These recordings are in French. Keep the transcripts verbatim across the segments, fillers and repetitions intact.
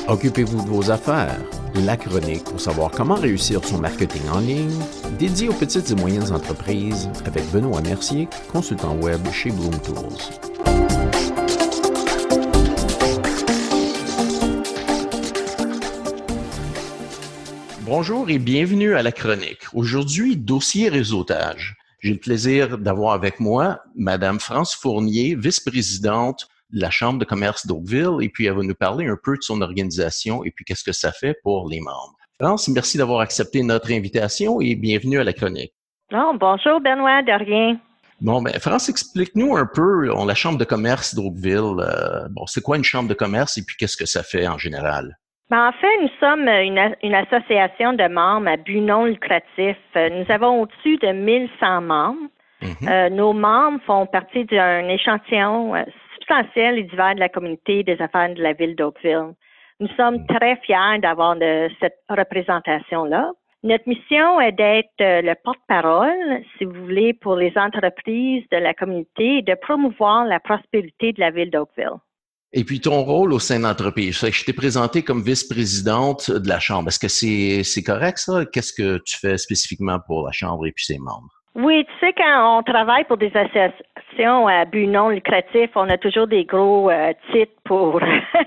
Occupez-vous de vos affaires. La chronique pour savoir comment réussir son marketing en ligne, dédié aux petites et moyennes entreprises avec Benoît Mercier, consultant web chez Bloom Tools. Bonjour et bienvenue à la chronique. Aujourd'hui, dossier réseautage. J'ai le plaisir d'avoir avec moi Madame France Fournier, vice-présidente de la Chambre de commerce d'Oakville, et puis elle va nous parler un peu de son organisation et puis qu'est-ce que ça fait pour les membres. France, merci d'avoir accepté notre invitation et bienvenue à la chronique. Oh, bonjour Benoît, de rien. Bon, ben France, explique-nous un peu, on, la Chambre de commerce d'Oakville, euh, bon, c'est quoi une chambre de commerce et puis qu'est-ce que ça fait en général? Ben, en fait, nous sommes une, une association de membres à but non lucratif. Nous avons au-dessus de mille cent membres. Mm-hmm. Euh, nos membres font partie d'un échantillon substantiel et divers de la communauté des affaires de la ville d'Oakville. Nous sommes très fiers d'avoir de cette représentation-là. Notre mission est d'être le porte-parole, si vous voulez, pour les entreprises de la communauté et de promouvoir la prospérité de la ville d'Oakville. Et puis ton rôle au sein de l'entreprise, je t'ai présenté comme vice-présidente de la Chambre. Est-ce que c'est, c'est correct ça? Qu'est-ce que tu fais spécifiquement pour la Chambre et puis ses membres? Oui, tu sais, quand on travaille pour des associations à but non lucratif, on a toujours des gros euh, titres pour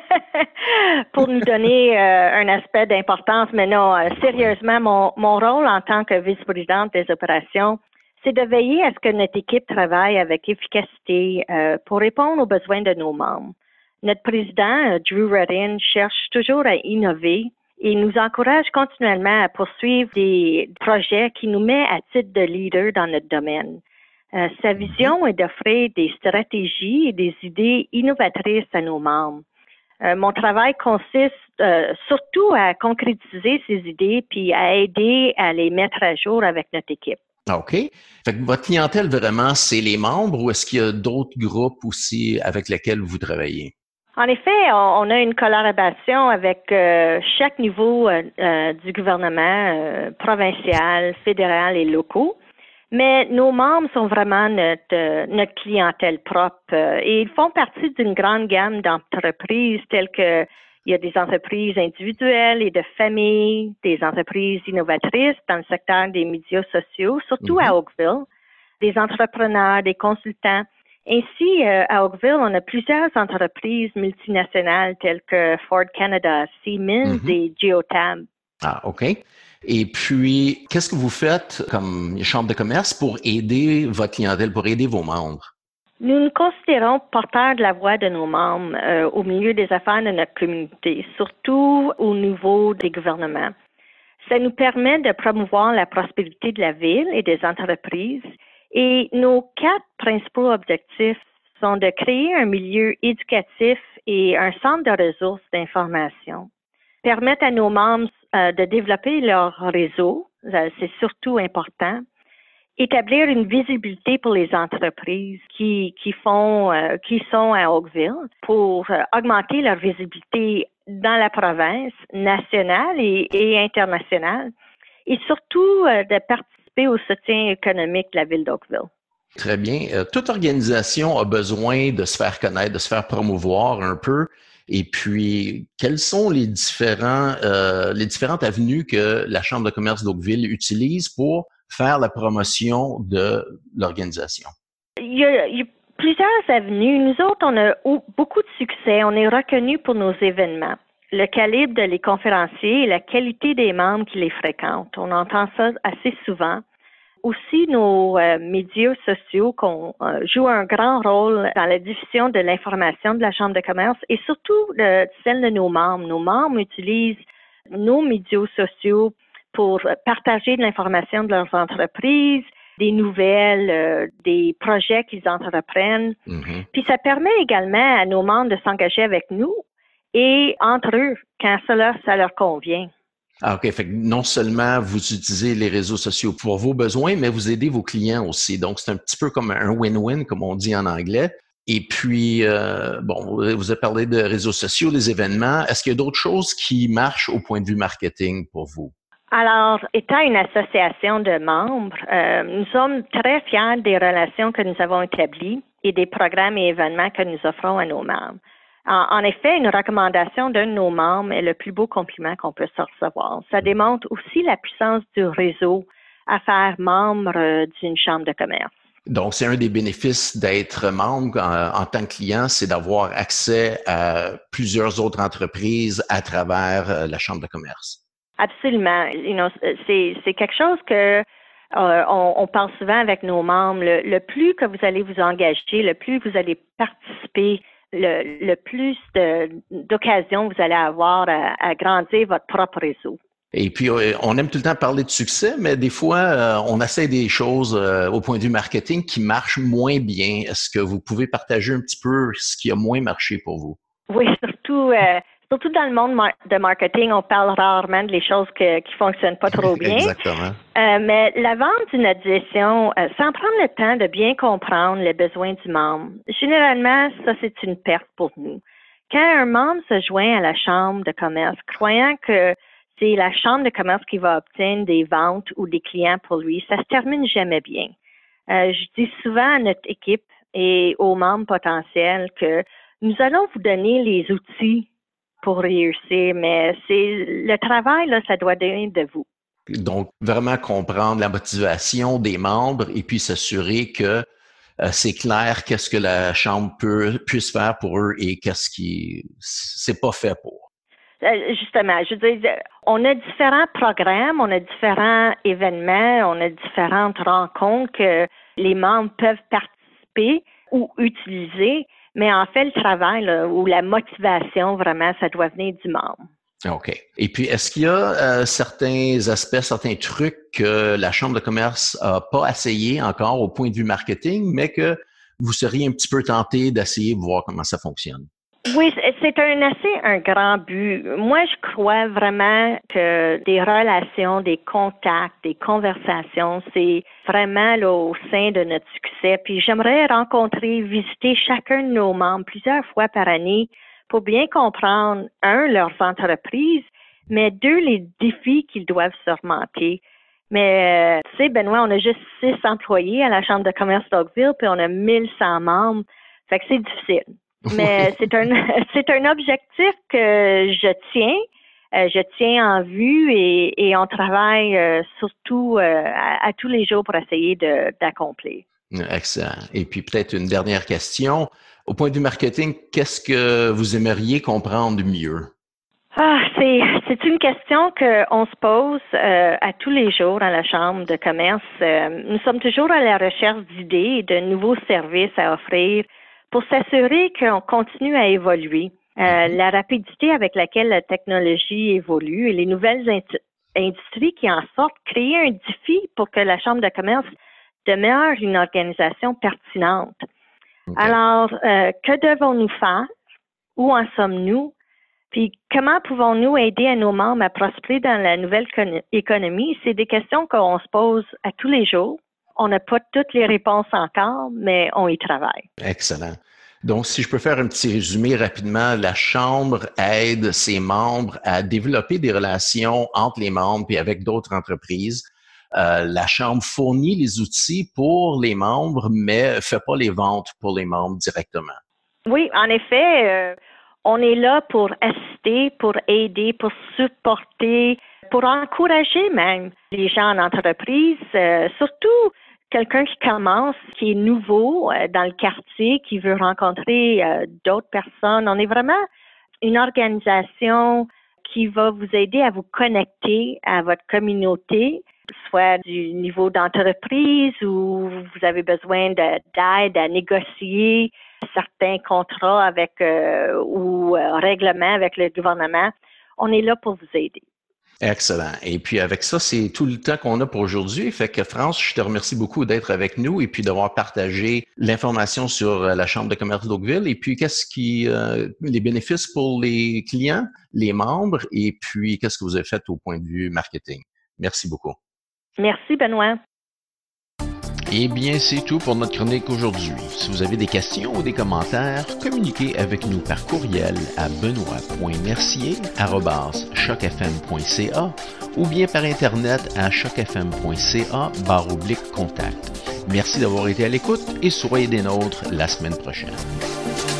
pour nous donner euh, un aspect d'importance. Mais non, euh, sérieusement, mon, mon rôle en tant que vice-présidente des opérations, c'est de veiller à ce que notre équipe travaille avec efficacité euh, pour répondre aux besoins de nos membres. Notre président, Drew Reddin, cherche toujours à innover et nous encourage continuellement à poursuivre des projets qui nous mettent à titre de leader dans notre domaine. Euh, sa vision est d'offrir des stratégies et des idées innovatrices à nos membres. Euh, mon travail consiste euh, surtout à concrétiser ces idées puis à aider à les mettre à jour avec notre équipe. OK. Fait que votre clientèle, vraiment, c'est les membres ou est-ce qu'il y a d'autres groupes aussi avec lesquels vous travaillez? En effet, on a une collaboration avec euh, chaque niveau euh, euh, du gouvernement euh, provincial, fédéral et locaux. Mais nos membres sont vraiment notre, euh, notre clientèle propre euh, et ils font partie d'une grande gamme d'entreprises telles que il y a des entreprises individuelles et de familles, des entreprises innovatrices dans le secteur des médias sociaux, surtout mm-hmm. à Oakville, des entrepreneurs, des consultants. Ainsi, euh, à Oakville, on a plusieurs entreprises multinationales telles que Ford Canada, Siemens mm-hmm. et Geotab. Ah, OK. Et puis, qu'est-ce que vous faites comme chambre de commerce pour aider votre clientèle, pour aider vos membres? Nous nous considérons porteurs de la voix de nos membres euh, au milieu des affaires de notre communauté, surtout au niveau des gouvernements. Ça nous permet de promouvoir la prospérité de la ville et des entreprises. Et nos quatre principaux objectifs sont de créer un milieu éducatif et un centre de ressources d'information, permettre à nos membres euh, de développer leur réseau, euh, c'est surtout important, établir une visibilité pour les entreprises qui qui font euh, qui sont à Oakville pour euh, augmenter leur visibilité dans la province nationale et, et internationale, et surtout euh, de participer au soutien économique de la ville d'Oakville. Très bien. Euh, toute organisation a besoin de se faire connaître, de se faire promouvoir un peu. Et puis, quelles sont les différents, euh, les différentes avenues que la Chambre de commerce d'Oakville utilise pour faire la promotion de l'organisation? Il y a, il y a plusieurs avenues. Nous autres, on a beaucoup de succès. On est reconnus pour nos événements, le calibre de les conférenciers et la qualité des membres qui les fréquentent. On entend ça assez souvent. Aussi, nos euh, médias sociaux qu'on euh, jouent un grand rôle dans la diffusion de l'information de la Chambre de commerce et surtout de celle de nos membres. Nos membres utilisent nos médias sociaux pour partager de l'information de leurs entreprises, des nouvelles, euh, des projets qu'ils entreprennent. Mm-hmm. Puis ça permet également à nos membres de s'engager avec nous et entre eux quand cela, ça leur convient. Ah, OK. Fait que non seulement vous utilisez les réseaux sociaux pour vos besoins, mais vous aidez vos clients aussi. Donc, c'est un petit peu comme un win-win, comme on dit en anglais. Et puis, euh, bon, vous avez parlé de réseaux sociaux, des événements. Est-ce qu'il y a d'autres choses qui marchent au point de vue marketing pour vous? Alors, étant une association de membres, euh, nous sommes très fiers des relations que nous avons établies et des programmes et événements que nous offrons à nos membres. En, en effet, une recommandation d'un de nos membres est le plus beau compliment qu'on peut se recevoir. Ça démontre aussi la puissance du réseau à faire membre euh, d'une chambre de commerce. Donc, c'est un des bénéfices d'être membre en, en tant que client, c'est d'avoir accès à plusieurs autres entreprises à travers euh, la chambre de commerce. Absolument. You know, c'est, c'est quelque chose que euh, on, on parle souvent avec nos membres. Le, le plus que vous allez vous engager, le plus vous allez participer, le, le plus de, d'occasions vous allez avoir à, à grandir votre propre réseau. Et puis, on aime tout le temps parler de succès, mais des fois, euh, on essaie des choses euh, au point de vue marketing qui marchent moins bien. Est-ce que vous pouvez partager un petit peu ce qui a moins marché pour vous? Oui, surtout euh, surtout dans le monde mar- de marketing, on parle rarement des choses que, qui fonctionnent pas trop bien. Exactement. Euh, mais la vente d'une adhésion, euh, sans prendre le temps de bien comprendre les besoins du membre, généralement, ça, c'est une perte pour nous. Quand un membre se joint à la chambre de commerce, croyant que c'est la chambre de commerce qui va obtenir des ventes ou des clients pour lui, ça se termine jamais bien. Euh, je dis souvent à notre équipe et aux membres potentiels que nous allons vous donner les outils pour réussir, mais c'est le travail, là, ça doit venir de vous. Donc, vraiment comprendre la motivation des membres et puis s'assurer que euh, c'est clair qu'est-ce que la chambre peut puisse faire pour eux et qu'est-ce qui c'est pas fait pour. Justement, je veux dire, on a différents programmes, on a différents événements, on a différentes rencontres que les membres peuvent participer ou utiliser, mais en fait, le travail là, ou la motivation, vraiment, ça doit venir du membre. OK. Et puis, est-ce qu'il y a euh, certains aspects, certains trucs que la Chambre de commerce n'a pas essayé encore au point de vue marketing, mais que vous seriez un petit peu tenté d'essayer de voir comment ça fonctionne? Oui, c'est un assez un grand but. Moi, je crois vraiment que des relations, des contacts, des conversations, c'est vraiment là, au sein de notre succès. Puis j'aimerais rencontrer, visiter chacun de nos membres plusieurs fois par année pour bien comprendre, un, leurs entreprises, mais deux, les défis qu'ils doivent surmonter. Mais, euh, tu sais, Benoît, on a juste six employés à la Chambre de commerce d'Oakville, puis on a mille cent membres. Fait que c'est difficile. Mais c'est un c'est un objectif que je tiens, euh, je tiens en vue et, et on travaille euh, surtout euh, à, à tous les jours pour essayer de, d'accomplir. Excellent. Et puis peut-être une dernière question. Au point de vue marketing, qu'est-ce que vous aimeriez comprendre mieux? Ah, c'est c'est une question qu'on se pose euh, à tous les jours à la Chambre de commerce. Euh, nous sommes toujours à la recherche d'idées et de nouveaux services à offrir pour s'assurer qu'on continue à évoluer. Euh, la rapidité avec laquelle la technologie évolue et les nouvelles in- industries qui en sortent créent un défi pour que la Chambre de commerce demeure une organisation pertinente. Okay. Alors, euh, que devons-nous faire? Où en sommes-nous? Puis, comment pouvons-nous aider à nos membres à prospérer dans la nouvelle con- économie? C'est des questions qu'on se pose à tous les jours. On n'a pas toutes les réponses encore, mais on y travaille. Excellent. Donc, si je peux faire un petit résumé rapidement, la Chambre aide ses membres à développer des relations entre les membres et avec d'autres entreprises. Euh, la Chambre fournit les outils pour les membres, mais ne fait pas les ventes pour les membres directement. Oui, en effet, euh, on est là pour assister, pour aider, pour supporter, pour encourager même les gens en entreprise, euh, surtout quelqu'un qui commence, qui est nouveau euh, dans le quartier, qui veut rencontrer euh, d'autres personnes. On est vraiment une organisation qui va vous aider à vous connecter à votre communauté, soit du niveau d'entreprise où vous avez besoin de, d'aide à négocier certains contrats avec euh, ou euh, règlements avec le gouvernement. On est là pour vous aider. Excellent. Et puis avec ça, c'est tout le temps qu'on a pour aujourd'hui. Fait que France, je te remercie beaucoup d'être avec nous et puis d'avoir partagé l'information sur la Chambre de commerce d'Oakville et puis qu'est-ce qui euh, les bénéfices pour les clients, les membres et puis qu'est-ce que vous avez fait au point de vue marketing. Merci beaucoup. Merci Benoît. Eh bien, c'est tout pour notre chronique aujourd'hui. Si vous avez des questions ou des commentaires, communiquez avec nous par courriel à benoît point mercier arobase choc f m point c a ou bien par Internet à choc f m point c a barre oblique contact. Merci d'avoir été à l'écoute et soyez des nôtres la semaine prochaine.